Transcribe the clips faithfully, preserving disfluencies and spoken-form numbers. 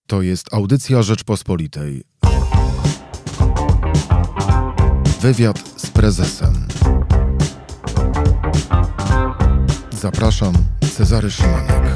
To jest audycja Rzeczpospolitej. Wywiad z prezesem. Zapraszam, Cezary Szymanek.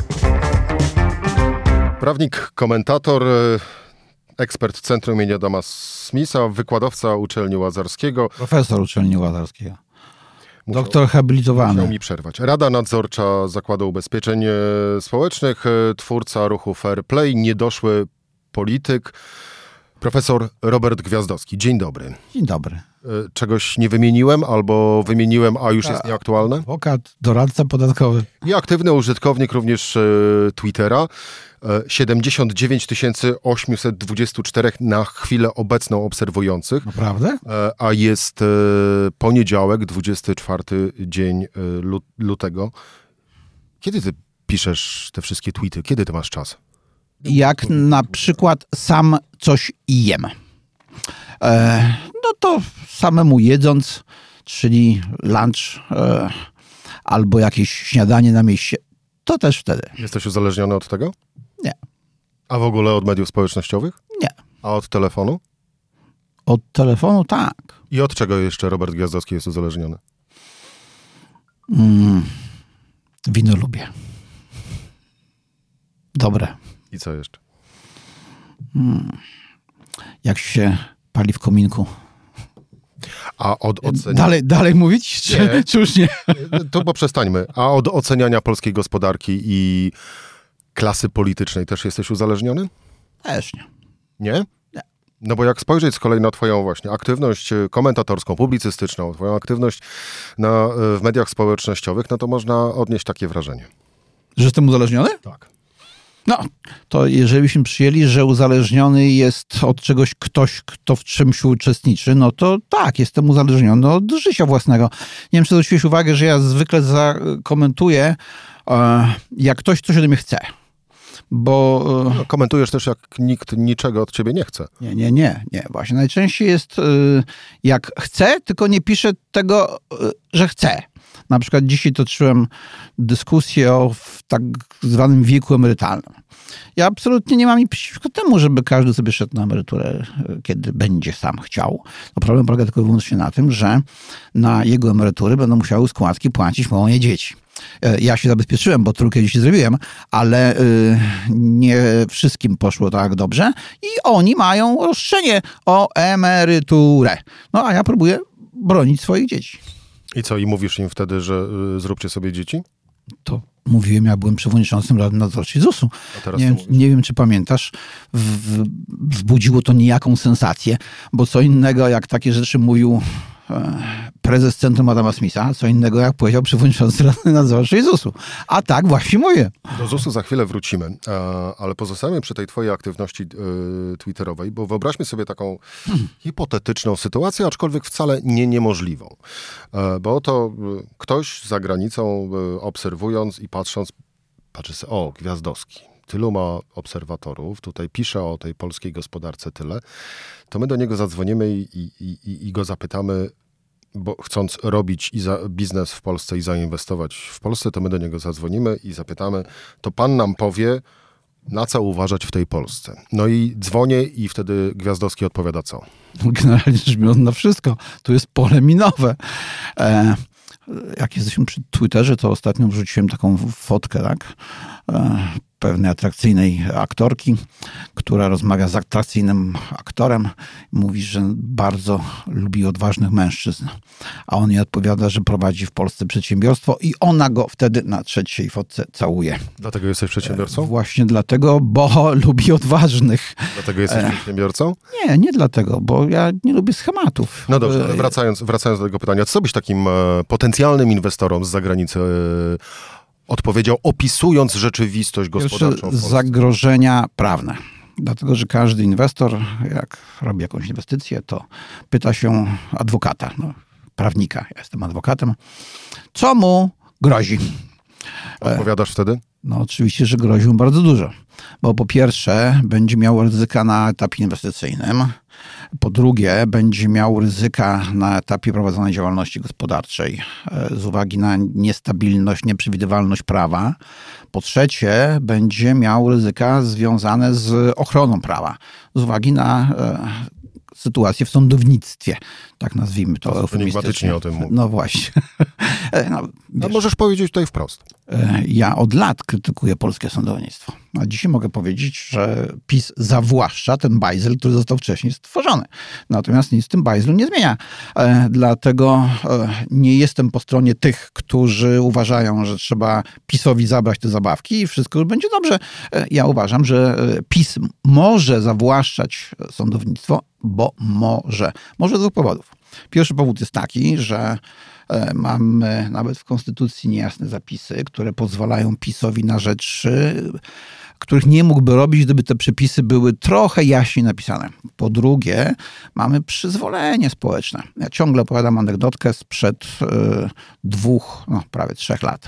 Prawnik, komentator, ekspert Centrum imienia Adama Smitha, wykładowca uczelni Łazarskiego. Profesor uczelni Łazarskiego. Musiał, Doktor habilitowany. Musiał mi przerwać. Rada Nadzorcza Zakładu Ubezpieczeń Społecznych, twórca ruchu Fair Play, niedoszły polityk, profesor Robert Gwiazdowski. Dzień dobry. Dzień dobry. Czegoś nie wymieniłem albo wymieniłem, a już jest nieaktualne? Adwokat, doradca podatkowy. I aktywny użytkownik również Twittera. siedemdziesiąt dziewięć tysięcy osiemset dwadzieścia cztery na chwilę obecną obserwujących. Naprawdę? A jest poniedziałek, dwudziesty czwarty dzień lutego. Kiedy ty piszesz te wszystkie tweety? Kiedy ty masz czas? Jak na przykład sam coś jem. E, no to samemu jedząc, czyli lunch e, albo jakieś śniadanie na mieście, to też wtedy. Jesteś uzależniony od tego? Nie. A w ogóle od mediów społecznościowych? Nie. A od telefonu? Od telefonu tak. I od czego jeszcze Robert Gwiazdowski jest uzależniony? Mm, wino lubię. Dobre. I co jeszcze? Hmm. Jak się pali w kominku. A od oceniania... Dalej, dalej mówić? Czy, nie. czy już nie? To poprzestańmy. A od oceniania polskiej gospodarki i klasy politycznej też jesteś uzależniony? Też nie. Nie? Nie. No bo jak spojrzeć z kolei na twoją właśnie aktywność komentatorską, publicystyczną, twoją aktywność na, w mediach społecznościowych, no to można odnieść takie wrażenie. Że jestem uzależniony? Tak. No, to jeżeli byśmy przyjęli, że uzależniony jest od czegoś ktoś, kto w czymś uczestniczy, no to tak, jestem uzależniony od życia własnego. Nie wiem, czy zwróciłeś uwagę, że ja zwykle zakomentuję, jak ktoś coś ode mnie chce. Bo... No, komentujesz też, jak nikt niczego od ciebie nie chce. Nie, nie, nie, nie. Właśnie najczęściej jest jak chce, tylko nie piszę tego, że chce. Na przykład dzisiaj toczyłem dyskusję o w tak zwanym wieku emerytalnym. Ja absolutnie nie mam nic przeciwko temu, żeby każdy sobie szedł na emeryturę, kiedy będzie sam chciał. No problem polega tylko i wyłącznie na tym, że na jego emerytury będą musiały składki płacić moje dzieci. Ja się zabezpieczyłem, bo trójkę dzieci zrobiłem, ale nie wszystkim poszło tak dobrze i oni mają roszczenie o emeryturę. No a ja próbuję bronić swoich dzieci. I co? I mówisz im wtedy, że y, zróbcie sobie dzieci? To mówiłem, ja byłem przewodniczącym Rady Nadzorczej zusu. Nie wiem, nie wiem, czy pamiętasz, w, w, wzbudziło to niejaką sensację, bo co innego, jak takie rzeczy mówił e, prezes Centrum Adama Smitha, co innego, jak powiedział przewodniczący Rady Nadzorczej zusu. A tak właśnie mówię. Do zusu za chwilę wrócimy, ale pozostajemy przy tej twojej aktywności twitterowej, bo wyobraźmy sobie taką hmm. hipotetyczną sytuację, aczkolwiek wcale nie niemożliwą. Bo oto ktoś za granicą obserwując i patrząc, patrzy sobie, o, Gwiazdowski, tylu ma obserwatorów, tutaj pisze o tej polskiej gospodarce tyle, to my do niego zadzwonimy i, i, i, i go zapytamy, bo chcąc robić i za biznes w Polsce i zainwestować w Polsce, to my do niego zadzwonimy i zapytamy, to pan nam powie, na co uważać w tej Polsce. No i dzwonię i wtedy Gwiazdowski odpowiada co? Generalnie rzecz biorąc na wszystko. Tu jest pole minowe. E, jak jesteśmy przy Twitterze, to ostatnio wrzuciłem taką fotkę, tak? E, pewnej atrakcyjnej aktorki, która rozmawia z atrakcyjnym aktorem. Mówi, że bardzo lubi odważnych mężczyzn. A on jej odpowiada, że prowadzi w Polsce przedsiębiorstwo i ona go wtedy na trzeciej fotce całuje. Dlatego jesteś przedsiębiorcą? Właśnie dlatego, bo lubi odważnych. Dlatego jesteś e... przedsiębiorcą? Nie, nie dlatego, bo ja nie lubię schematów. No dobrze, ale wracając, wracając do tego pytania, co byś takim e, potencjalnym inwestorom z zagranicy e, odpowiedział, opisując rzeczywistość gospodarczą w Polsce? Zagrożenia prawne. Dlatego, że każdy inwestor, jak robi jakąś inwestycję, to pyta się adwokata, no, prawnika. Ja jestem adwokatem. Co mu grozi? Odpowiadasz wtedy? No oczywiście, że grozi mu bardzo dużo. Bo po pierwsze będzie miał ryzyka na etapie inwestycyjnym, po drugie będzie miał ryzyka na etapie prowadzonej działalności gospodarczej z uwagi na niestabilność, nieprzewidywalność prawa. Po trzecie będzie miał ryzyka związane z ochroną prawa z uwagi na sytuację w sądownictwie, tak nazwijmy to eufemistycznie. O tym mówię. No właśnie. No, A możesz powiedzieć tutaj wprost. Ja od lat krytykuję polskie sądownictwo. A dzisiaj mogę powiedzieć, że PiS zawłaszcza ten bajzel, który został wcześniej stworzony. Natomiast nic w tym bajzlu nie zmienia. Dlatego nie jestem po stronie tych, którzy uważają, że trzeba PiS-owi zabrać te zabawki i wszystko już będzie dobrze. Ja uważam, że PiS może zawłaszczać sądownictwo, bo może. Może z dwóch powodów. Pierwszy powód jest taki, że mamy nawet w Konstytucji niejasne zapisy, które pozwalają PiS-owi na rzeczy, których nie mógłby robić, gdyby te przepisy były trochę jaśniej napisane. Po drugie, mamy przyzwolenie społeczne. Ja ciągle opowiadam anegdotkę sprzed y, dwóch, no prawie trzech lat.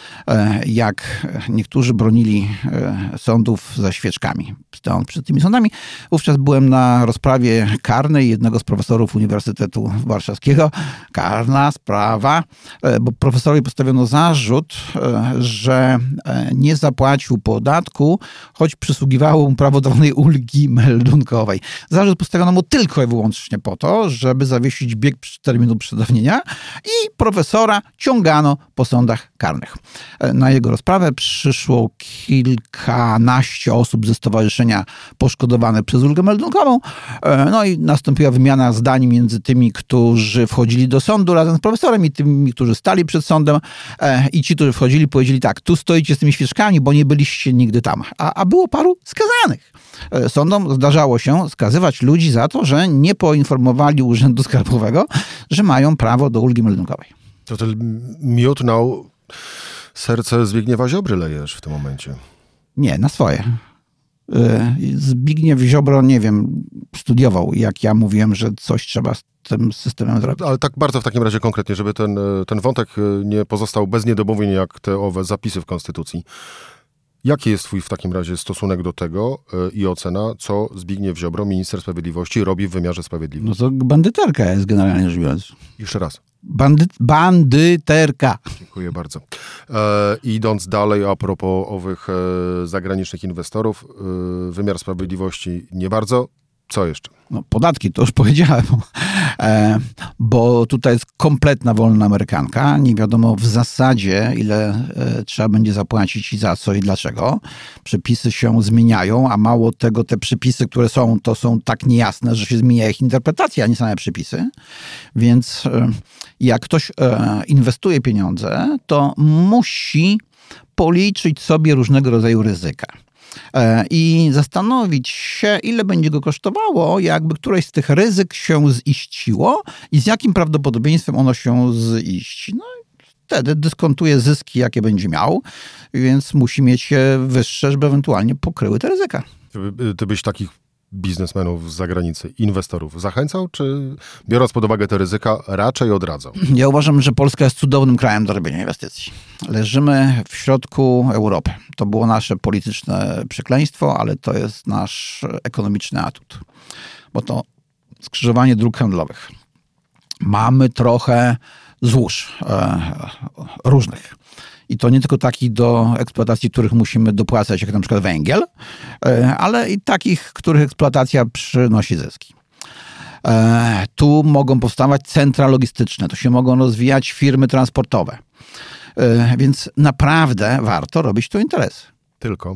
Jak niektórzy bronili sądów ze świeczkami. Stąd przed tymi sądami. Wówczas byłem na rozprawie karnej jednego z profesorów Uniwersytetu Warszawskiego. Karna sprawa, bo profesorowi postawiono zarzut, że nie zapłacił podatku, choć przysługiwało mu prawo do wolnej ulgi meldunkowej. Zarzut postawiono mu tylko i wyłącznie po to, żeby zawiesić bieg terminu przedawnienia i profesora ciągano po sądach karnych. Na jego rozprawę przyszło kilkanaście osób ze stowarzyszenia poszkodowane przez ulgę meldunkową. No i nastąpiła wymiana zdań między tymi, którzy wchodzili do sądu razem z profesorem i tymi, którzy stali przed sądem. I ci, którzy wchodzili, powiedzieli tak, tu stoicie z tymi świeczkami, bo nie byliście nigdy tam. A, a było paru skazanych. Sądom zdarzało się skazywać ludzi za to, że nie poinformowali Urzędu Skarbowego, że mają prawo do ulgi meldunkowej. To ten miód na serce Zbigniewa Ziobry lejesz w tym momencie. Nie, na swoje. Zbigniew Ziobro, nie wiem, studiował, jak ja mówiłem, że coś trzeba z tym systemem zrobić. Ale tak bardzo w takim razie konkretnie, żeby ten, ten wątek nie pozostał bez niedomówień, jak te owe zapisy w Konstytucji. Jaki jest twój w takim razie stosunek do tego i ocena, co Zbigniew Ziobro, minister sprawiedliwości, robi w wymiarze sprawiedliwości? No to bandyterka jest generalnie rzecz biorąc. Jeszcze raz. Bandy, bandyterka. Dziękuję bardzo. E, idąc dalej, a propos owych e, zagranicznych inwestorów, e, wymiar sprawiedliwości nie bardzo. Co jeszcze? No, podatki, to już powiedziałem, e, bo tutaj jest kompletna wolna amerykanka. Nie wiadomo w zasadzie, ile e, trzeba będzie zapłacić i za co i dlaczego. Przepisy się zmieniają, a mało tego, te przepisy, które są, to są tak niejasne, że się zmienia ich interpretacja, a nie same przepisy. Więc e, jak ktoś e, inwestuje pieniądze, to musi policzyć sobie różnego rodzaju ryzyka. I zastanowić się, ile będzie go kosztowało, jakby któreś z tych ryzyk się ziściło i z jakim prawdopodobieństwem ono się ziści. No i wtedy dyskontuje zyski, jakie będzie miał, więc musi mieć je wyższe, żeby ewentualnie pokryły te ryzyka. Ty, ty byś takich biznesmenów z zagranicy, inwestorów zachęcał, czy biorąc pod uwagę te ryzyka, raczej odradzał? Ja uważam, że Polska jest cudownym krajem do robienia inwestycji. Leżymy w środku Europy. To było nasze polityczne przekleństwo, ale to jest nasz ekonomiczny atut. Bo to skrzyżowanie dróg handlowych. Mamy trochę złóż e, różnych. I to nie tylko takich do eksploatacji, których musimy dopłacać, jak na przykład węgiel, ale i takich, których eksploatacja przynosi zyski. Tu mogą powstawać centra logistyczne, tu się mogą rozwijać firmy transportowe. Więc naprawdę warto robić tu interesy. Tylko?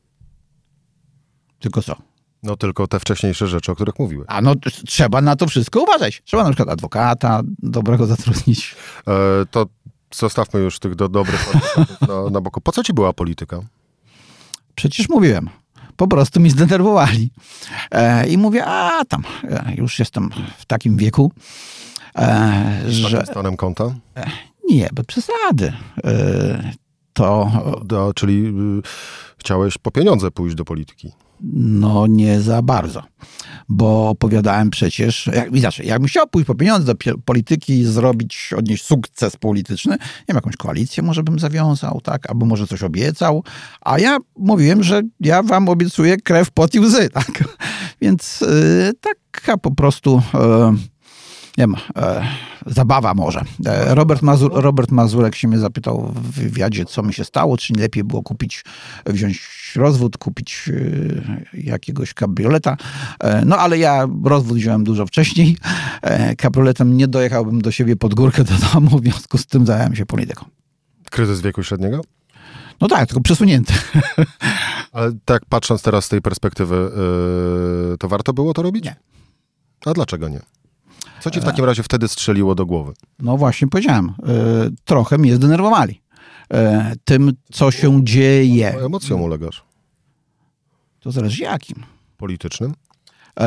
Tylko co? No tylko te wcześniejsze rzeczy, o których mówiłem. A no trzeba na to wszystko uważać. Trzeba na przykład adwokata dobrego zatrudnić. E, to zostawmy już tych do, dobrych na, na boku. Po co ci była polityka? Przecież mówiłem. Po prostu mi zdenerwowali. E, I mówię, a tam, e, już jestem w takim wieku, e, Z że... takim stanem konta? E, nie, bez przesady. E, to... Do, czyli y, chciałeś po pieniądze pójść do polityki? No nie za bardzo, bo opowiadałem przecież, jak, inaczej, jakbym chciał pójść po pieniądze do polityki i zrobić, odnieść sukces polityczny, nie wiem, jakąś koalicję może bym zawiązał, tak, albo może coś obiecał, a ja mówiłem, że ja wam obiecuję krew, pot i łzy, tak, więc yy, taka po prostu... Yy, nie wiem, e, zabawa może. E, Robert, Mazur, Robert Mazurek się mnie zapytał w wywiadzie, co mi się stało, czy nie lepiej było kupić, wziąć rozwód, kupić e, jakiegoś kabrioleta. E, no ale ja rozwód wziąłem dużo wcześniej. E, kabrioletem nie dojechałbym do siebie pod górkę do domu, w związku z tym zająłem się polityką. Kryzys wieku średniego? No tak, tylko przesunięty. Ale tak patrząc teraz z tej perspektywy, yy, to warto było to robić? Nie. A dlaczego nie? Co ci w takim razie wtedy strzeliło do głowy? No właśnie powiedziałem. Y, trochę mnie zdenerwowali. Y, tym, co się dzieje. Emocjom ulegasz? To zależy jakim. Politycznym? Y,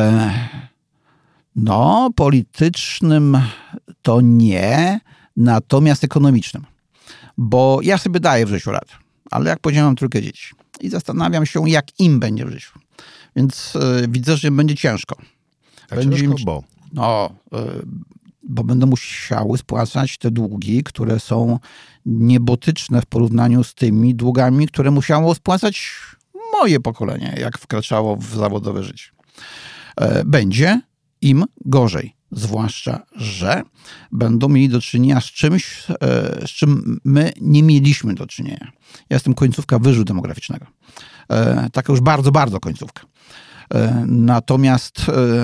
no, politycznym to nie, natomiast ekonomicznym. Bo ja sobie daję w życiu radę. Ale jak powiedziałem, mam trójkę dzieci. I zastanawiam się, jak im będzie w życiu. Więc y, widzę, że im będzie ciężko. Tak będzie ciężko, im... bo... No, bo będą musiały spłacać te długi, które są niebotyczne w porównaniu z tymi długami, które musiało spłacać moje pokolenie, jak wkraczało w zawodowe życie. Będzie im gorzej, zwłaszcza, że będą mieli do czynienia z czymś, z czym my nie mieliśmy do czynienia. Ja jestem końcówka wyżu demograficznego. Taka już bardzo, bardzo końcówka. Natomiast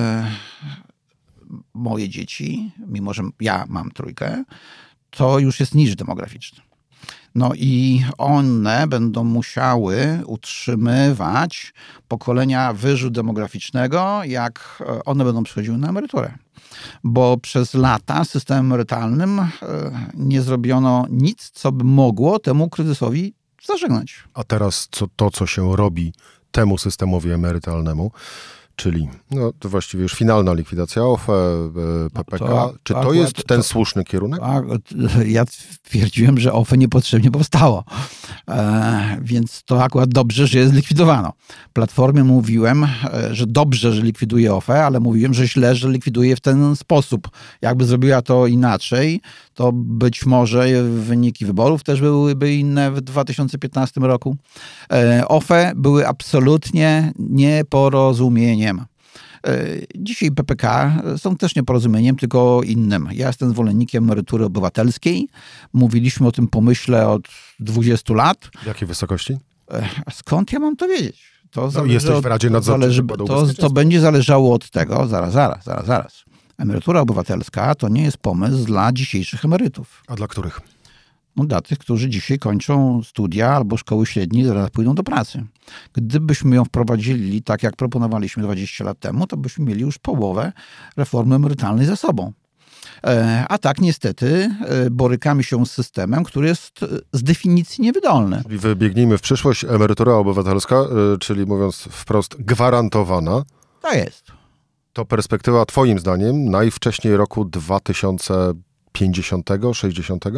moje dzieci, mimo że ja mam trójkę, to już jest niż demograficzny. No i one będą musiały utrzymywać pokolenia wyżu demograficznego, jak one będą przychodziły na emeryturę. Bo przez lata systemem emerytalnym nie zrobiono nic, co by mogło temu kryzysowi zażegnać. A teraz co, to, co się robi temu systemowi emerytalnemu, czyli no, to właściwie już finalna likwidacja O F E, P P K. No to, Czy to, to jest ten to, słuszny kierunek? A, ja twierdziłem, że O F E niepotrzebnie powstało. E, więc to akurat dobrze, że je zlikwidowano. Platformie mówiłem, że dobrze, że likwiduje O F E, ale mówiłem, że źle, że likwiduje w ten sposób. Jakby zrobiła to inaczej, to być może wyniki wyborów też byłyby inne w dwa tysiące piętnastym roku. E, O F E były absolutnie nieporozumieniem. Dzisiaj P P K są też nieporozumieniem, tylko innym. Ja jestem zwolennikiem emerytury obywatelskiej. Mówiliśmy o tym pomyśle od dwudziestu lat. W jakiej wysokości? Skąd ja mam to wiedzieć? To no, jesteś w Radzie Nadzorczej. To, to będzie zależało od tego, zaraz, zaraz, zaraz, zaraz. Emerytura obywatelska to nie jest pomysł dla dzisiejszych emerytów. A dla których? No, dla tych, którzy dzisiaj kończą studia albo szkoły średnie i zaraz pójdą do pracy. Gdybyśmy ją wprowadzili tak, jak proponowaliśmy dwadzieścia lat temu, to byśmy mieli już połowę reformy emerytalnej za sobą. A tak niestety borykamy się z systemem, który jest z definicji niewydolny. Czyli wybiegnijmy w przyszłość. Emerytura obywatelska, czyli mówiąc wprost gwarantowana. Tak jest. To perspektywa twoim zdaniem najwcześniej roku dwa tysiące pięćdziesiątego, sześćdziesiątego?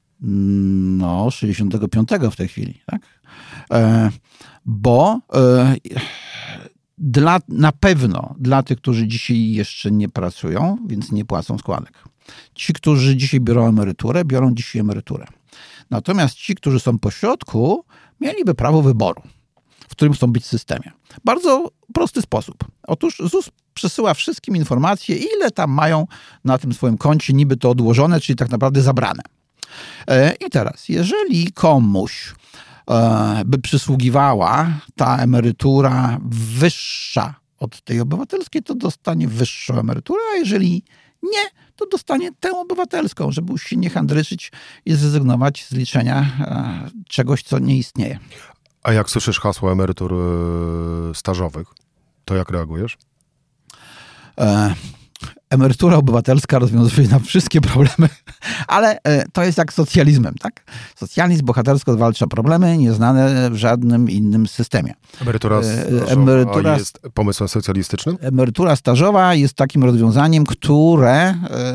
No, sześćdziesiątego piątego w tej chwili, tak? E, bo e, dla, na pewno dla tych, którzy dzisiaj jeszcze nie pracują, więc nie płacą składek. Ci, którzy dzisiaj biorą emeryturę, biorą dzisiaj emeryturę. Natomiast ci, którzy są pośrodku, mieliby prawo wyboru, w którym chcą być w systemie. Bardzo prosty sposób. Otóż ZUS przesyła wszystkim informacje, ile tam mają na tym swoim koncie niby to odłożone, czyli tak naprawdę zabrane. I teraz, jeżeli komuś by przysługiwała ta emerytura wyższa od tej obywatelskiej, to dostanie wyższą emeryturę, a jeżeli nie, to dostanie tę obywatelską, żeby już się nie handryczyć i zrezygnować z liczenia czegoś, co nie istnieje. A jak słyszysz hasło emerytur stażowych, to jak reagujesz? E- Emerytura obywatelska rozwiązuje nam wszystkie problemy, ale to jest jak z socjalizmem, tak? Socjalizm bohatersko zwalcza problemy nieznane w żadnym innym systemie. Emerytura stażowa emerytura, jest pomysłem socjalistycznym? Emerytura stażowa jest takim rozwiązaniem, które,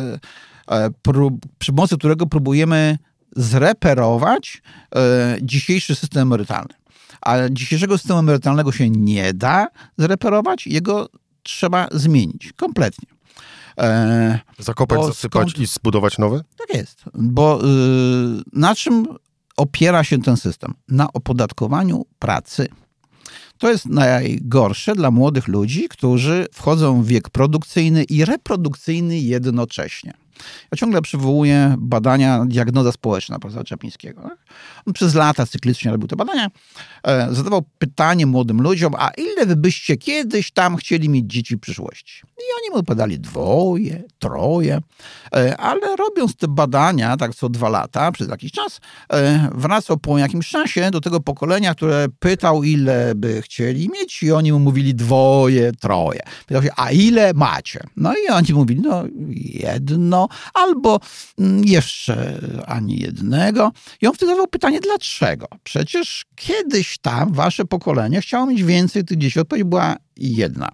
przy pomocy którego próbujemy zreperować dzisiejszy system emerytalny. A dzisiejszego systemu emerytalnego się nie da zreperować, jego trzeba zmienić kompletnie. E, Zakopać, zasypać skąd... i zbudować nowy? Tak jest. Bo yy, na czym opiera się ten system? Na opodatkowaniu pracy. To jest najgorsze dla młodych ludzi, którzy wchodzą w wiek produkcyjny i reprodukcyjny jednocześnie. Ja ciągle przywołuję badania diagnoza społeczna profesora Czaplińskiego. On przez lata cyklicznie robił te badania. Zadawał pytanie młodym ludziom, a ile wy byście kiedyś tam chcieli mieć dzieci w przyszłości? I oni mu odpowiadali dwoje, troje. Ale robiąc te badania, tak co dwa lata, przez jakiś czas, wracał po jakimś czasie do tego pokolenia, które pytał, ile by chcieli mieć i oni mu mówili dwoje, troje. Pytał się, a ile macie? No i oni mówili, no jedno, albo jeszcze ani jednego. I on wtedy zadał pytanie, dlaczego? Przecież kiedyś tam wasze pokolenie chciało mieć więcej tych dzieci. Odpowiedź była jedna.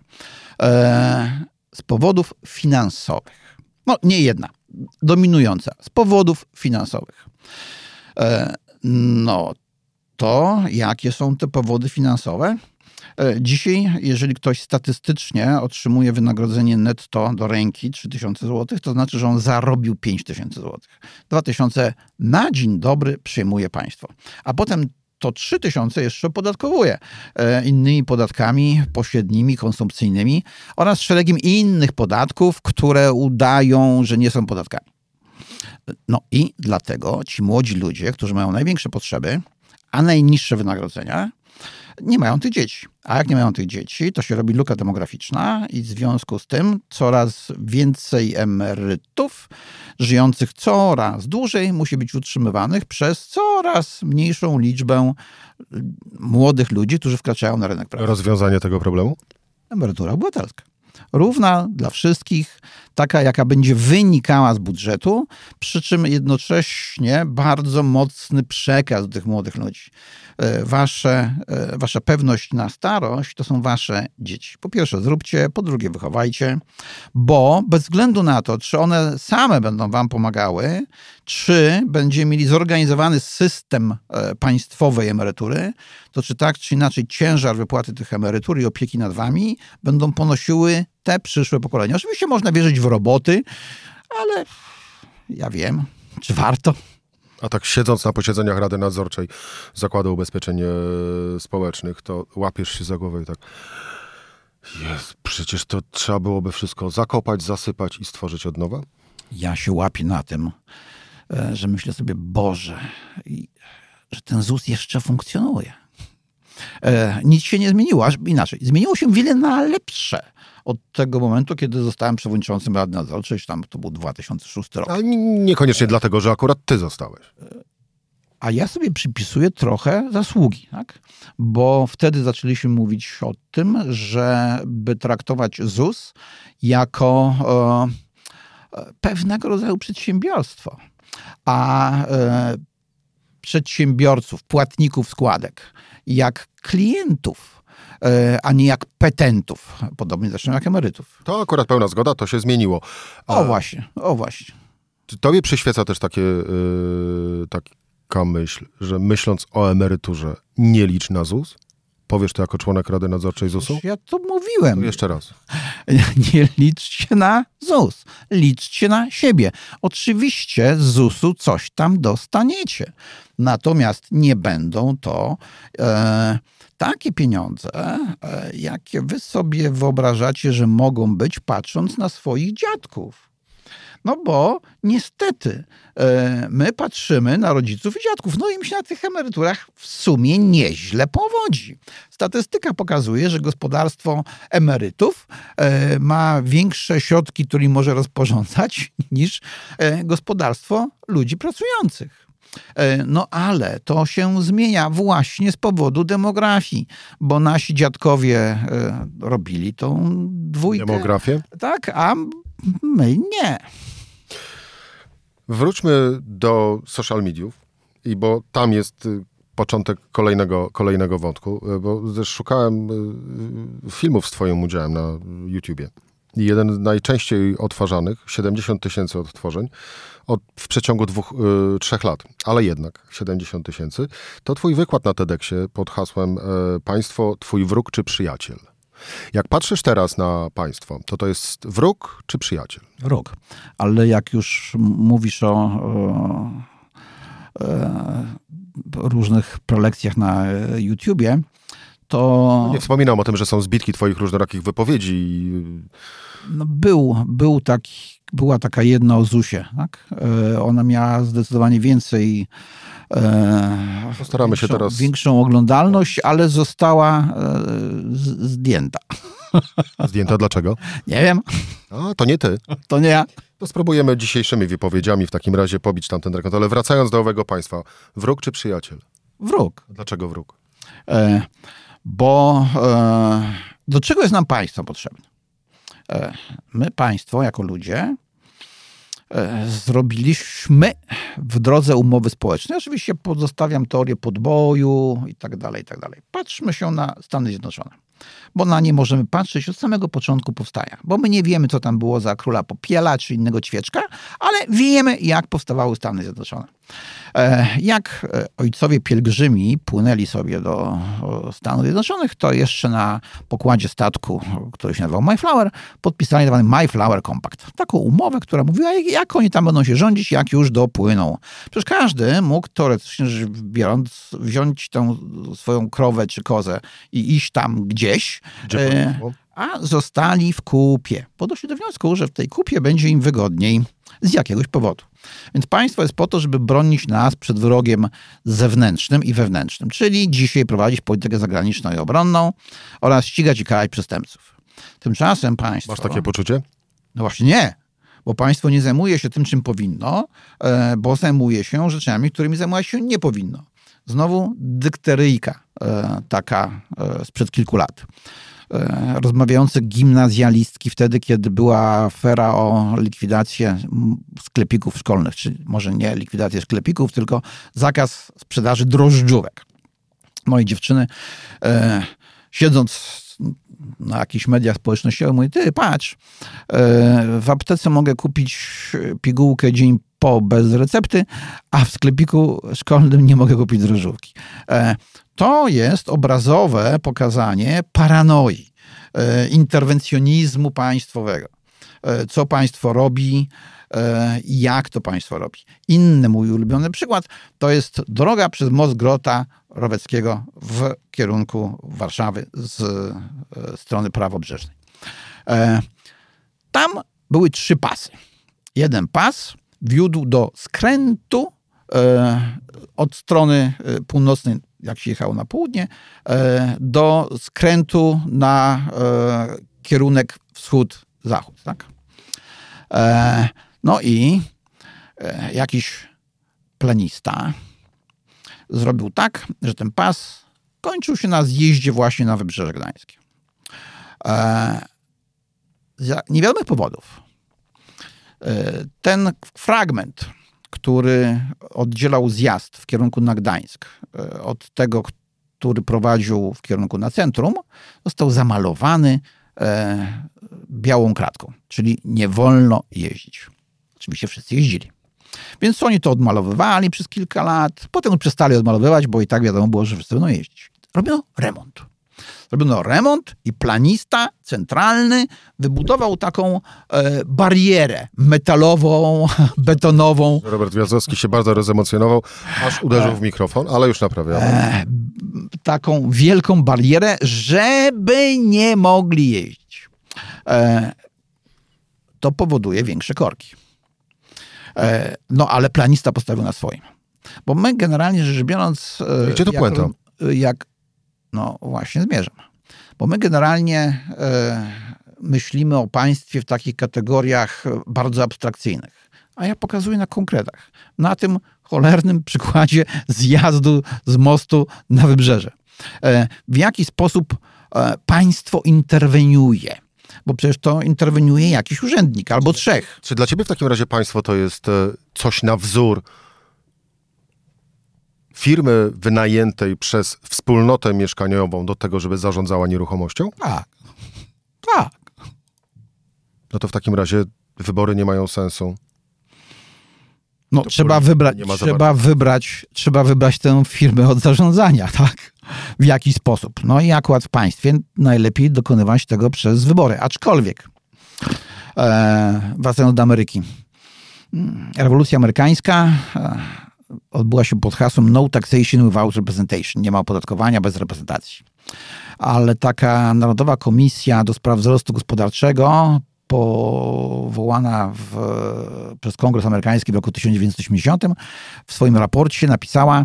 E, z powodów finansowych. No nie jedna, dominująca. Z powodów finansowych. E, no to jakie są te powody finansowe? Dzisiaj, jeżeli ktoś statystycznie otrzymuje wynagrodzenie netto do ręki trzy tysiące złotych, to znaczy, że on zarobił pięć tysięcy złotych. dwa tysiące na dzień dobry przyjmuje państwo. A potem to trzy tysiące jeszcze opodatkowuje innymi podatkami pośrednimi, konsumpcyjnymi oraz szeregiem innych podatków, które udają, że nie są podatkami. No i dlatego ci młodzi ludzie, którzy mają największe potrzeby, a najniższe wynagrodzenia, nie mają tych dzieci. A jak nie mają tych dzieci, to się robi luka demograficzna i w związku z tym coraz więcej emerytów żyjących coraz dłużej musi być utrzymywanych przez coraz mniejszą liczbę młodych ludzi, którzy wkraczają na rynek pracy. Rozwiązanie tego problemu? Emerytura obywatelska. Równa dla wszystkich, taka jaka będzie wynikała z budżetu, przy czym jednocześnie bardzo mocny przekaz do tych młodych ludzi. Wasze, wasza pewność na starość to są wasze dzieci. Po pierwsze zróbcie, po drugie wychowajcie, bo bez względu na to, czy one same będą wam pomagały, czy będziemy mieli zorganizowany system państwowej emerytury, to czy tak, czy inaczej ciężar wypłaty tych emerytur i opieki nad wami będą ponosiły te przyszłe pokolenia. Oczywiście można wierzyć w roboty, ale ja wiem, czy warto? A tak siedząc na posiedzeniach Rady Nadzorczej Zakładu Ubezpieczeń Społecznych, to łapiesz się za głowę i tak, jest, przecież to trzeba byłoby wszystko zakopać, zasypać i stworzyć od nowa? Ja się łapię na tym, że myślę sobie, Boże, że ten ZUS jeszcze funkcjonuje. Nic się nie zmieniło, aż inaczej. Zmieniło się wiele na lepsze od tego momentu, kiedy zostałem przewodniczącym Rady Nadzorczej, tam to był dwa tysiące szósty rok. Ale niekoniecznie dlatego, że akurat ty zostałeś. A ja sobie przypisuję trochę zasługi, tak? Bo wtedy zaczęliśmy mówić o tym, żeby traktować ZUS jako e, pewnego rodzaju przedsiębiorstwo. A e, przedsiębiorców, płatników składek, jak klientów, a nie jak petentów. Podobnie zresztą jak emerytów. To akurat pełna zgoda, to się zmieniło. A o właśnie, o właśnie. Czy tobie przyświeca też takie, yy, taka myśl, że myśląc o emeryturze nie licz na ZUS? Powiesz to jako członek Rady Nadzorczej ZUS-u? Ja to mówiłem. To jeszcze raz. Nie liczcie na ZUS. Liczcie na siebie. Oczywiście z ZUS-u coś tam dostaniecie. Natomiast nie będą to e, takie pieniądze, e, jakie wy sobie wyobrażacie, że mogą być, patrząc na swoich dziadków. No bo niestety e, my patrzymy na rodziców i dziadków, no i im się na tych emeryturach w sumie nieźle powodzi. Statystyka pokazuje, że gospodarstwo emerytów e, ma większe środki, którymi może rozporządzać, niż e, gospodarstwo ludzi pracujących. No ale to się zmienia właśnie z powodu demografii, bo nasi dziadkowie robili tą dwójkę. Demografię? Tak, a my nie. Wróćmy do social mediów, i bo tam jest początek kolejnego, kolejnego wątku, bo też szukałem filmów z twoim udziałem na YouTubie. i jeden z najczęściej odtwarzanych, siedemdziesiąt tysięcy odtworzeń, od, w przeciągu dwóch, y, trzech lat, ale jednak siedemdziesiąt tysięcy, to twój wykład na TEDxie pod hasłem y, Państwo, twój wróg czy przyjaciel? Jak patrzysz teraz na państwo, to to jest wróg czy przyjaciel? Wróg. Ale jak już mówisz o, o e, różnych prelekcjach na YouTubie, to... Nie wspominam o tym, że są zbitki twoich różnorakich wypowiedzi. I... No był, był taki, była taka jedna o Zusie. Tak? E, ona miała zdecydowanie więcej e, Postaramy się większą, teraz... większą oglądalność, ale została e, z, zdjęta. Zdjęta dlaczego? Nie wiem. A, to nie ty. To nie ja. To spróbujemy dzisiejszymi wypowiedziami w takim razie pobić tamten rekord. Ale wracając do owego państwa, wróg czy przyjaciel? Wróg. Dlaczego wróg? E, bo e, do czego jest nam państwo potrzebne? E, my, państwo, jako ludzie, e, zrobiliśmy w drodze umowy społecznej. Oczywiście pozostawiam teorię podboju i tak dalej, i tak dalej. Patrzmy się na Stany Zjednoczone. Bo na nie możemy patrzeć od samego początku powstania. Bo my nie wiemy, co tam było za króla Popiela czy innego ćwieczka, ale wiemy, jak powstawały Stany Zjednoczone. Jak ojcowie pielgrzymi płynęli sobie do Stanów Zjednoczonych, to jeszcze na pokładzie statku, który się nazywał Mayflower, podpisali tzw. Mayflower Compact. Taką umowę, która mówiła, jak oni tam będą się rządzić, jak już dopłyną. Przecież każdy mógł teoretycznie rzecz biorąc wziąć tę swoją krowę czy kozę i iść tam gdzieś, e, a zostali w kupie. Bo doszli do wniosku, że w tej kupie będzie im wygodniej z jakiegoś powodu. Więc państwo jest po to, żeby bronić nas przed wrogiem zewnętrznym i wewnętrznym, czyli dzisiaj prowadzić politykę zagraniczną i obronną oraz ścigać i karać przestępców. Tymczasem państwo... Masz takie poczucie? No właśnie nie, bo państwo nie zajmuje się tym, czym powinno, bo zajmuje się rzeczami, którymi zajmować się nie powinno. Znowu dykteryjka taka sprzed kilku lat. Rozmawiające gimnazjalistki wtedy, kiedy była afera o likwidację sklepików szkolnych, czy może nie likwidację sklepików, tylko zakaz sprzedaży drożdżówek. Moje dziewczyny e, siedząc na jakichś mediach społecznościowych mówią, ty patrz, e, w aptece mogę kupić pigułkę dzień po bez recepty, a w sklepiku szkolnym nie mogę kupić drożdżówki. E, To jest obrazowe pokazanie paranoi, e, interwencjonizmu państwowego. E, co państwo robi i e, jak to państwo robi. Inny mój ulubiony przykład to jest droga przez most Grota Roweckiego w kierunku Warszawy z e, strony prawobrzeżnej. E, tam były trzy pasy. Jeden pas wiódł do skrętu e, od strony północnej, jak się jechało na południe, do skrętu na kierunek wschód-zachód. Tak? No i jakiś planista zrobił tak, że ten pas kończył się na zjeździe właśnie na Wybrzeże Gdańskie. Z niewiadomych powodów ten fragment, który oddzielał zjazd w kierunku na Gdańsk od tego, który prowadził w kierunku na centrum, został zamalowany e, białą kratką, czyli nie wolno jeździć. Oczywiście wszyscy jeździli. Więc oni to odmalowywali przez kilka lat, potem przestali odmalowywać, bo i tak wiadomo było, że wszyscy będą jeździć. Robiono remont. Robiono remont i planista centralny wybudował taką e, barierę metalową, betonową. Robert Gwiazdowski się bardzo rozemocjonował, aż uderzył w mikrofon, ale już naprawiamy. E, taką wielką barierę, żeby nie mogli jeździć. E, to powoduje większe korki. E, no ale planista postawił na swoim. Bo my generalnie rzecz biorąc... E, Gdzie to puenta? Jak No właśnie zmierzam. Bo my generalnie e, myślimy o państwie w takich kategoriach bardzo abstrakcyjnych. A ja pokazuję na konkretach. Na tym cholernym przykładzie zjazdu z mostu na Wybrzeże. E, w jaki sposób e, państwo interweniuje? Bo przecież to interweniuje jakiś urzędnik albo trzech. Czy dla ciebie w takim razie państwo to jest e, coś na wzór firmy wynajętej przez wspólnotę mieszkaniową do tego, żeby zarządzała nieruchomością? Tak. Tak. no to w takim razie wybory nie mają sensu. No, trzeba wybrać, trzeba wybrać, trzeba wybrać tę firmę od zarządzania, tak? W jaki sposób? No i akurat w państwie najlepiej dokonywać tego przez wybory. Aczkolwiek, e, wracając do Ameryki, rewolucja amerykańska e, odbyła się pod hasłem no taxation without representation. Nie ma opodatkowania bez reprezentacji. Ale taka Narodowa Komisja do Spraw Wzrostu Gospodarczego powołana w, przez Kongres Amerykański w roku tysiąc dziewięćset osiemdziesiątym w swoim raporcie napisała,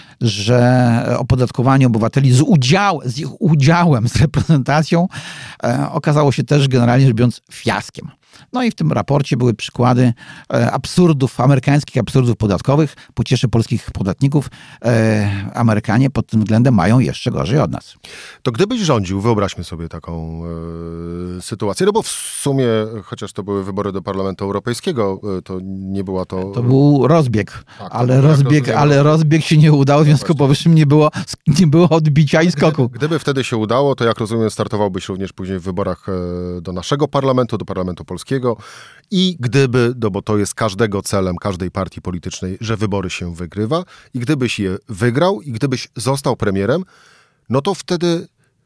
że opodatkowanie obywateli z, udział, z ich udziałem, z reprezentacją e, okazało się też generalnie rzecz biorąc fiaskiem. No i w tym raporcie były przykłady e, absurdów, amerykańskich absurdów podatkowych. Po cieszy polskich podatników e, Amerykanie pod tym względem mają jeszcze gorzej od nas. To gdybyś rządził, wyobraźmy sobie taką e, sytuację, no bo w sumie, chociaż to były wybory do Parlamentu Europejskiego, e, to nie była to... To był rozbieg, tak, ale, rozbieg rozumiem, ale rozbieg się nie udał, w związku z powyższym nie było, nie było odbicia i skoku. Gdyby, gdyby wtedy się udało, to jak rozumiem, startowałbyś również później w wyborach e, do naszego parlamentu, do Parlamentu Polskiego i gdyby, no bo to jest każdego celem, każdej partii politycznej, że wybory się wygrywa i gdybyś je wygrał i gdybyś został premierem, no to wtedy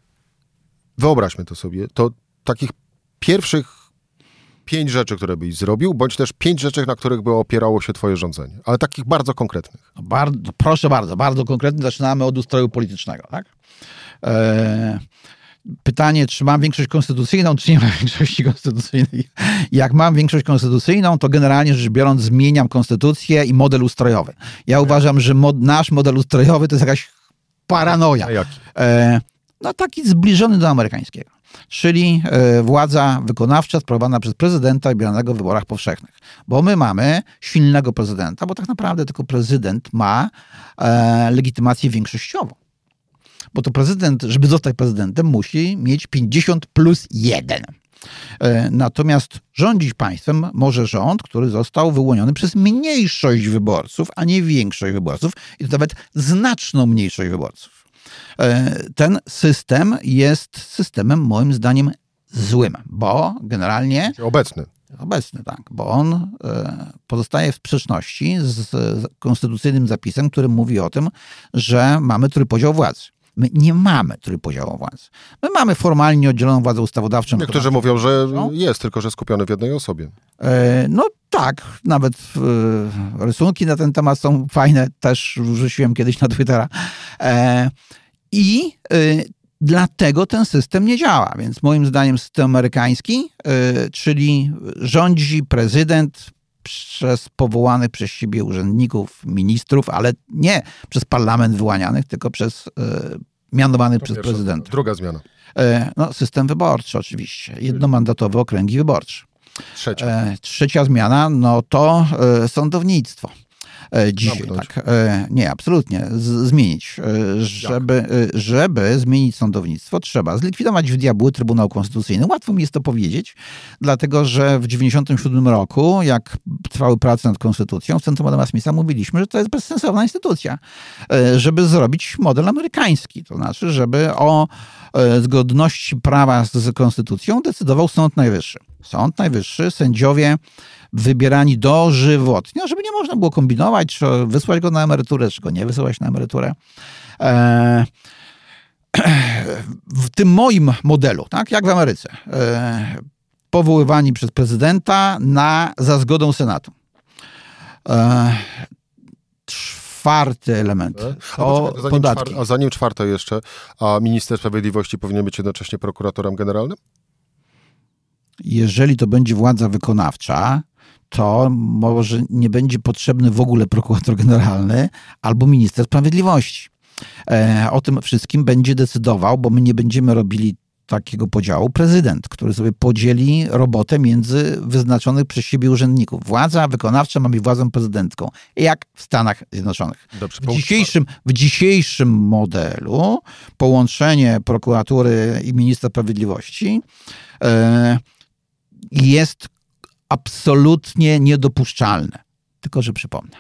wyobraźmy to sobie, to takich pierwszych pięć rzeczy, które byś zrobił, bądź też pięć rzeczy, na których by opierało się twoje rządzenie, ale takich bardzo konkretnych. No bardzo, proszę bardzo, bardzo konkretnie zaczynamy od ustroju politycznego, tak? Eee... Pytanie, czy mam większość konstytucyjną, czy nie mam większości konstytucyjnej. Jak mam większość konstytucyjną, to generalnie rzecz biorąc zmieniam konstytucję i model ustrojowy. Ja uważam, że mod, nasz model ustrojowy to jest jakaś paranoja. A jaki? E, no taki zbliżony do amerykańskiego. Czyli e, władza wykonawcza sprawowana przez prezydenta wybieranego w wyborach powszechnych. Bo my mamy silnego prezydenta, bo tak naprawdę tylko prezydent ma e, legitymację większościową. Bo to prezydent, żeby zostać prezydentem, musi mieć pięćdziesiąt plus jeden. Natomiast rządzić państwem może rząd, który został wyłoniony przez mniejszość wyborców, a nie większość wyborców. I to nawet znaczną mniejszość wyborców. Ten system jest systemem, moim zdaniem, złym, bo generalnie... Obecny. Obecny, tak, bo on pozostaje w sprzeczności z konstytucyjnym zapisem, który mówi o tym, że mamy trójpodział władzy. My nie mamy trójpodziału władzy. My mamy formalnie oddzieloną władzę ustawodawczą. Niektórzy mówią, że jest, tylko że skupiony w jednej osobie. E, no tak, nawet e, rysunki na ten temat są fajne, też wrzuciłem kiedyś na Twittera. E, I e, dlatego ten system nie działa. Więc moim zdaniem system amerykański, e, czyli rządzi prezydent przez powołanych przez siebie urzędników, ministrów, ale nie przez parlament wyłanianych, tylko przez e, mianowanych to przez pierwsza, prezydenta. Druga zmiana. E, no, system wyborczy oczywiście. Jednomandatowe okręgi wyborcze. Trzecia. E, trzecia zmiana, no to e, sądownictwo. Dzisiaj, tak, nie, absolutnie, z, zmienić. Żeby, żeby zmienić sądownictwo, trzeba zlikwidować w diabły Trybunał Konstytucyjny. Łatwo mi jest to powiedzieć, dlatego że w dziewięćdziesiątym siódmym roku, jak trwały prace nad konstytucją, w Centrum Adama Smitha mówiliśmy, że to jest bezsensowna instytucja, żeby zrobić model amerykański. To znaczy, żeby o zgodności prawa z konstytucją decydował Sąd Najwyższy. Sąd Najwyższy, sędziowie wybierani dożywotnio, żeby nie można było kombinować, czy wysłać go na emeryturę, czy go nie wysyłać na emeryturę. E, w tym moim modelu, tak, jak w Ameryce, e, powoływani przez prezydenta na, za zgodą Senatu. E, czwarty element. O, a, zanim podatki. Czwar, a zanim czwarte jeszcze, a minister sprawiedliwości powinien być jednocześnie prokuratorem generalnym? Jeżeli to będzie władza wykonawcza, to może nie będzie potrzebny w ogóle prokurator generalny albo minister sprawiedliwości. E, o tym wszystkim będzie decydował, bo my nie będziemy robili takiego podziału, prezydent, który sobie podzieli robotę między wyznaczonych przez siebie urzędników. Władza wykonawcza ma być władzą prezydencką, jak w Stanach Zjednoczonych. Dobrze, w, dzisiejszym, w dzisiejszym modelu połączenie prokuratury i ministra sprawiedliwości e, jest absolutnie niedopuszczalne. Tylko że przypomnę.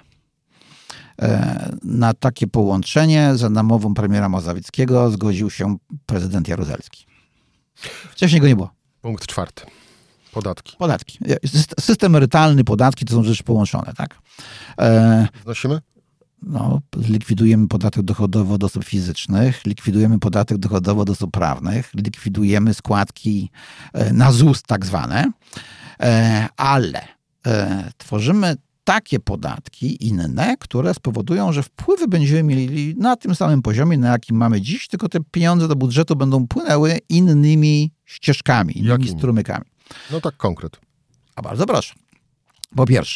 Na takie połączenie za namową premiera Morawieckiego zgodził się prezydent Jaruzelski. Wcześniej go nie było. Punkt czwarty. Podatki. Podatki. System emerytalny, podatki to są rzeczy połączone, tak? E, Znosimy? No, likwidujemy podatek dochodowy od osób fizycznych, likwidujemy podatek dochodowy od osób prawnych, likwidujemy składki na Z U S tak zwane, ale tworzymy takie podatki inne, które spowodują, że wpływy będziemy mieli na tym samym poziomie, na jakim mamy dziś, tylko te pieniądze do budżetu będą płynęły innymi ścieżkami, innymi Jakimi? strumykami. No tak konkret. A bardzo proszę. Po pierwsze,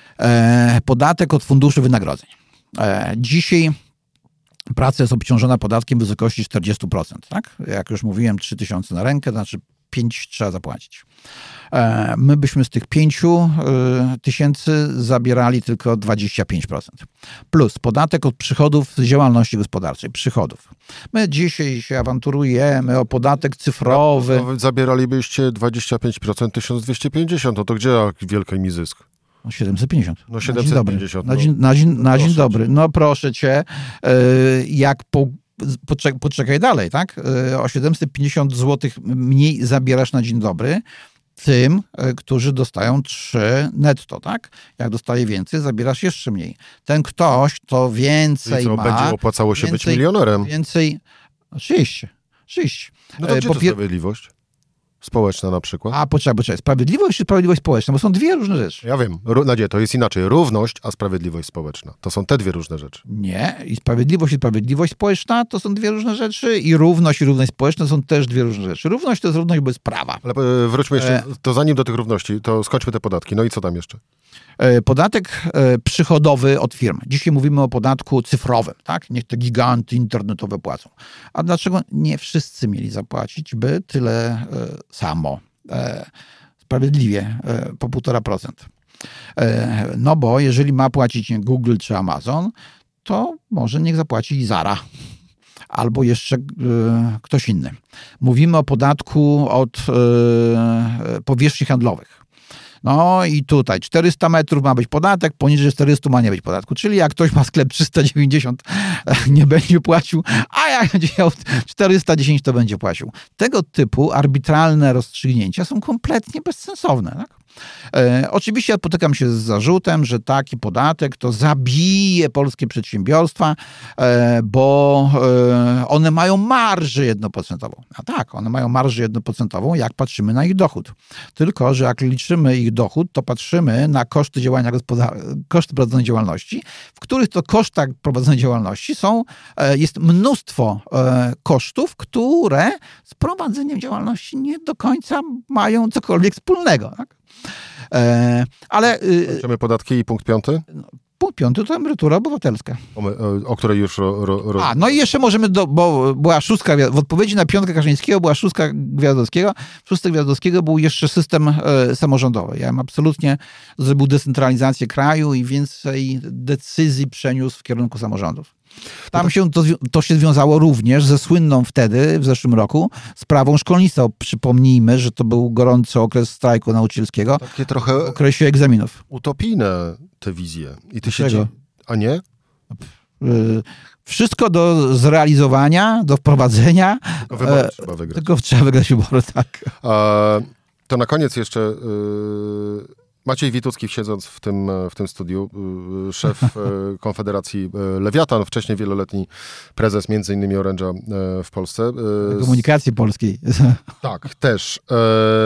e, podatek od funduszy wynagrodzeń. E, dzisiaj praca jest obciążona podatkiem w wysokości czterdzieści procent. Tak? Jak już mówiłem, trzy tysiące na rękę, to znaczy pięć trzeba zapłacić. E, my byśmy z tych pięciu e, tysięcy zabierali tylko dwadzieścia pięć procent. Plus podatek od przychodów z działalności gospodarczej. Przychodów. My dzisiaj się awanturujemy o podatek cyfrowy. No, zabieralibyście dwadzieścia pięć procent, tysiąc dwieście pięćdziesiąt. No to gdzie jak wielki mi zysk? No siedemset pięćdziesiąt. No siedemset pięćdziesiąt. Na dzień, na dzień, na dzień, no, na dzień proszę dobry. cię. No proszę cię, yy, jak po, poczekaj, poczekaj dalej, tak? Yy, o siedemset pięćdziesiąt złotych mniej zabierasz na dzień dobry tym, yy, którzy dostają trzy netto, tak? Jak dostaje więcej, zabierasz jeszcze mniej. Ten ktoś, to więcej I co, ma. będzie opłacało się więcej, być milionerem. Więcej, oczywiście, oczywiście. No to gdzie Yy, to pier- sprawiedliwość? Społeczna na przykład? A, poczekaj, poczekaj. Sprawiedliwość czy sprawiedliwość społeczna? Bo są dwie różne rzeczy. Ja wiem. Ró- Nadzie, to jest inaczej. Równość, a sprawiedliwość społeczna. To są te dwie różne rzeczy. Nie. I sprawiedliwość i sprawiedliwość społeczna to są dwie różne rzeczy i równość i równość społeczna są też dwie różne rzeczy. Równość to jest równość bez prawa. Ale e, wróćmy jeszcze, E... to zanim do tych równości, to skończmy te podatki. No i co tam jeszcze? E, podatek e, przychodowy od firm. Dzisiaj mówimy o podatku cyfrowym, tak? Niech te giganty internetowe płacą. A dlaczego nie wszyscy mieli zapłacić, by tyle e, samo? E, sprawiedliwie, e, po półtora procent. E, no bo jeżeli ma płacić Google czy Amazon, to może niech zapłaci i Zara. Albo jeszcze e, ktoś inny. Mówimy o podatku od e, powierzchni handlowych. No i tutaj czterysta metrów ma być podatek, poniżej czterysta ma nie być podatku. Czyli jak ktoś ma sklep trzysta dziewięćdziesiąt, nie będzie płacił, a jak będzie miał czterysta dziesięć, to będzie płacił. Tego typu arbitralne rozstrzygnięcia są kompletnie bezsensowne. Tak? E, oczywiście ja spotykam się z zarzutem, że taki podatek to zabije polskie przedsiębiorstwa, e, bo e, one mają marżę jednoprocentową. A tak, one mają marżę jednoprocentową, jak patrzymy na ich dochód. Tylko że jak liczymy ich dochód, to patrzymy na koszty działania gospodarczego, koszty prowadzonej działalności, w których to kosztach prowadzonej działalności są, e, jest mnóstwo e, kosztów, które z prowadzeniem działalności nie do końca mają cokolwiek wspólnego. Tak? E, ale... Kończymy podatki i punkt piąty? Punkt piąty to emerytura obywatelska. O, my, o której już... Ro, ro, ro... A, no i jeszcze możemy, do, bo była szóstka, w odpowiedzi na piątkę Kaczyńskiego była szóstka Gwiazdowskiego. W szóstce Gwiazdowskiego był jeszcze system e, samorządowy. Ja bym absolutnie zrobił decentralizację kraju i więcej decyzji przeniósł w kierunku samorządów. Tam się to, to się związało również ze słynną wtedy, w zeszłym roku, sprawą szkolnictwa. Przypomnijmy, że to był gorący okres strajku nauczycielskiego. Takie trochę... W okresie egzaminów. Utopijne te wizje. I ty się Czego? dzi- A nie? Wszystko do zrealizowania, do wprowadzenia. Tylko wybory e, trzeba wygrać. Tylko trzeba wygrać wybory, tak. A, to na koniec jeszcze yy, Maciej Witucki, siedząc w tym, w tym studiu, yy, szef yy, Konfederacji yy, Lewiatan, wcześniej wieloletni prezes między innymi Orange'a yy, w Polsce. Yy, Komunikacji polskiej. Tak, też. Yy,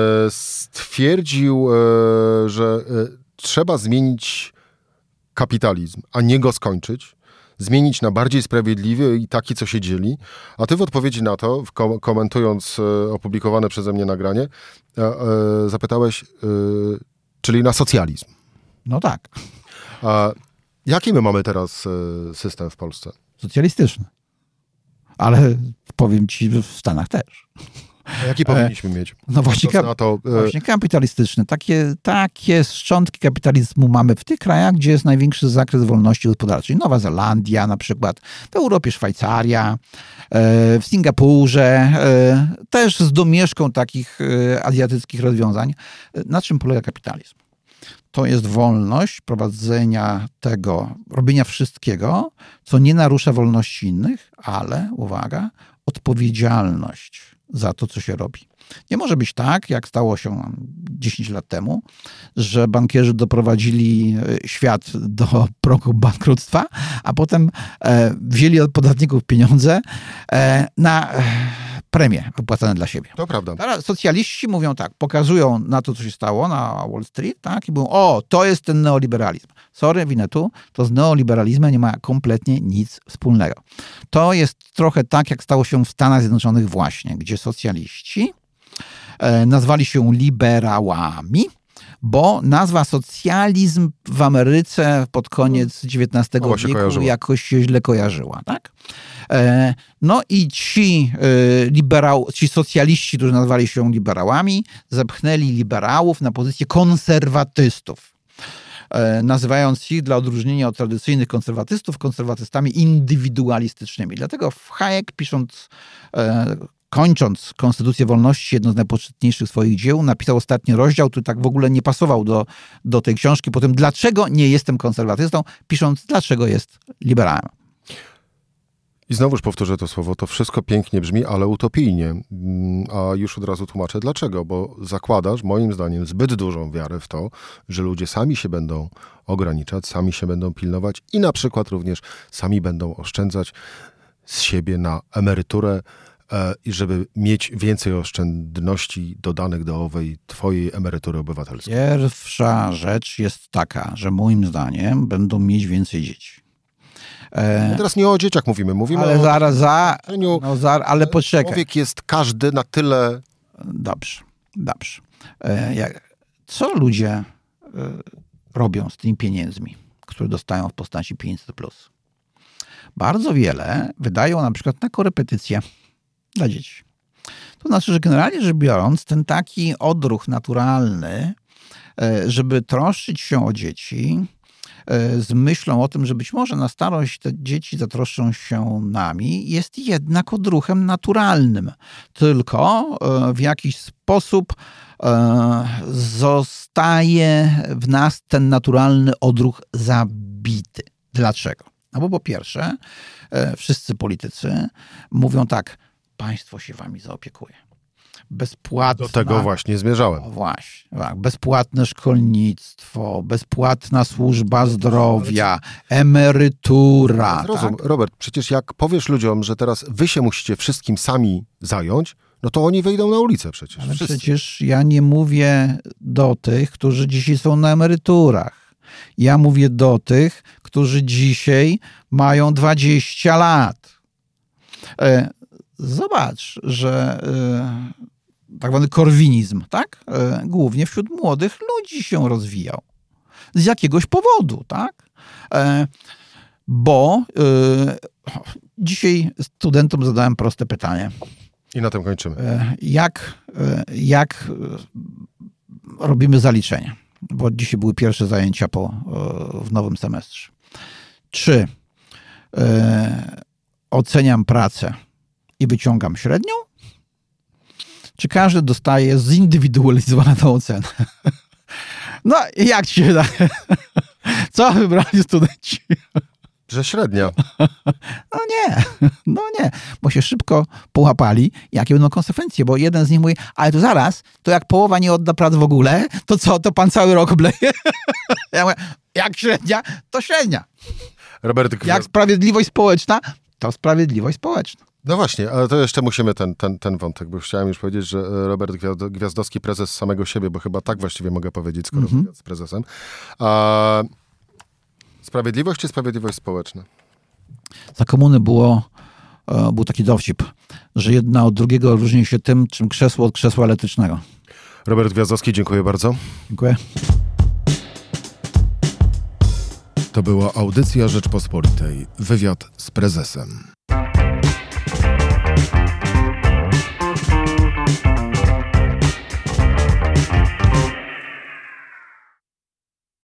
stwierdził, yy, że yy, trzeba zmienić kapitalizm, a nie go skończyć. Zmienić na bardziej sprawiedliwy i taki, co się dzieli. A ty w odpowiedzi na to, kom- komentując e, opublikowane przeze mnie nagranie, e, e, zapytałeś, e, czyli na socjalizm. No tak. A jaki my mamy teraz e, system w Polsce? Socjalistyczny. Ale powiem ci, w Stanach też. A jaki powinniśmy e, mieć? No właśnie, kap- na to, e... właśnie kapitalistyczny. Takie, takie szczątki kapitalizmu mamy w tych krajach, gdzie jest największy zakres wolności gospodarczej. Nowa Zelandia na przykład, w Europie Szwajcaria, w Singapurze, też z domieszką takich azjatyckich rozwiązań. Na czym polega kapitalizm? To jest wolność prowadzenia tego, robienia wszystkiego, co nie narusza wolności innych, ale, uwaga, odpowiedzialność za to, co się robi. Nie może być tak, jak stało się dziesięć lat temu, że bankierzy doprowadzili świat do progu bankructwa, a potem e, wzięli od podatników pieniądze e, na e, premie wypłacane dla siebie. To prawda. Teraz socjaliści mówią tak, pokazują na to, co się stało na Wall Street, tak, i mówią, o, to jest ten neoliberalizm. Sorry, Winnetu, to z neoliberalizmem nie ma kompletnie nic wspólnego. To jest trochę tak, jak stało się w Stanach Zjednoczonych właśnie, gdzie socjaliści e, nazwali się liberałami, bo nazwa socjalizm w Ameryce pod koniec dziewiętnastego wieku kojarzyła. jakoś się źle kojarzyła, tak? E, no i ci, e, liberał, ci socjaliści, którzy nazwali się liberałami, zepchnęli liberałów na pozycję konserwatystów, e, nazywając ich dla odróżnienia od tradycyjnych konserwatystów konserwatystami indywidualistycznymi. Dlatego Hayek, pisząc e, kończąc Konstytucję Wolności, jedno z najpoczytniejszych swoich dzieł, napisał ostatni rozdział, który tak w ogóle nie pasował do, do tej książki, po tym dlaczego nie jestem konserwatystą, pisząc dlaczego jest liberałem. I znowuż powtórzę to słowo, to wszystko pięknie brzmi, ale utopijnie. A już od razu tłumaczę dlaczego, bo zakładasz, moim zdaniem, zbyt dużą wiarę w to, że ludzie sami się będą ograniczać, sami się będą pilnować i na przykład również sami będą oszczędzać z siebie na emeryturę, i żeby mieć więcej oszczędności dodanych do owej twojej emerytury obywatelskiej. Pierwsza rzecz jest taka, że moim zdaniem będą mieć więcej dzieci. E... Teraz nie o dzieciach mówimy, mówimy ale o... zaraz, za, no za, ale poczekaj. Człowiek jest każdy na tyle... Dobrze, dobrze. E, jak, co ludzie e, robią z tymi pieniędzmi, które dostają w postaci pięćset plus? Bardzo wiele wydają na przykład na korepetycje dla dzieci. To znaczy, że generalnie rzecz biorąc, ten taki odruch naturalny, żeby troszczyć się o dzieci z myślą o tym, że być może na starość te dzieci zatroszczą się nami, jest jednak odruchem naturalnym. Tylko w jakiś sposób zostaje w nas ten naturalny odruch zabity. Dlaczego? No bo po pierwsze, wszyscy politycy mówią tak, państwo się wami zaopiekuje. Bezpłatna, do tego właśnie zmierzałem. No właśnie, tak, bezpłatne szkolnictwo, bezpłatna służba zdrowia, emerytura. Rozum, tak? Robert, przecież jak powiesz ludziom, że teraz wy się musicie wszystkim sami zająć, no to oni wyjdą na ulicę przecież. Ale przecież ja nie mówię do tych, którzy dzisiaj są na emeryturach. Ja mówię do tych, którzy dzisiaj mają dwadzieścia lat. E, Zobacz, że y, tak zwany korwinizm, tak? Y, głównie wśród młodych ludzi się rozwijał. Z jakiegoś powodu, tak? Y, bo y, dzisiaj studentom zadałem proste pytanie. I na tym kończymy. Y, jak, y, jak y, robimy zaliczenia? Bo dzisiaj były pierwsze zajęcia po, y, w nowym semestrze. Czy y, oceniam pracę i wyciągam średnią? Czy każdy dostaje zindywidualizowaną ocenę? No, jak ci się wydaje? Co wybrali studenci? Że średnia. No nie, no nie, bo się szybko połapali, jakie będą konsekwencje, bo jeden z nich mówi, ale to zaraz, to jak połowa nie odda prac w ogóle, to co, to pan cały rok obleje? Ja mówię, jak średnia, to średnia. Robert, Gwiazd... Jak sprawiedliwość społeczna, to sprawiedliwość społeczna. No właśnie, ale to jeszcze musimy ten, ten, ten wątek, bo chciałem już powiedzieć, że Robert Gwiazdowski, prezes samego siebie, bo chyba tak właściwie mogę powiedzieć, skoro mm-hmm. z prezesem. A sprawiedliwość czy sprawiedliwość społeczna? Za komuny było, był taki dowcip, że jedna od drugiego różni się tym, czym krzesło od krzesła elektrycznego. Robert Gwiazdowski, dziękuję bardzo. Dziękuję. To była audycja Rzeczpospolitej. Wywiad z prezesem.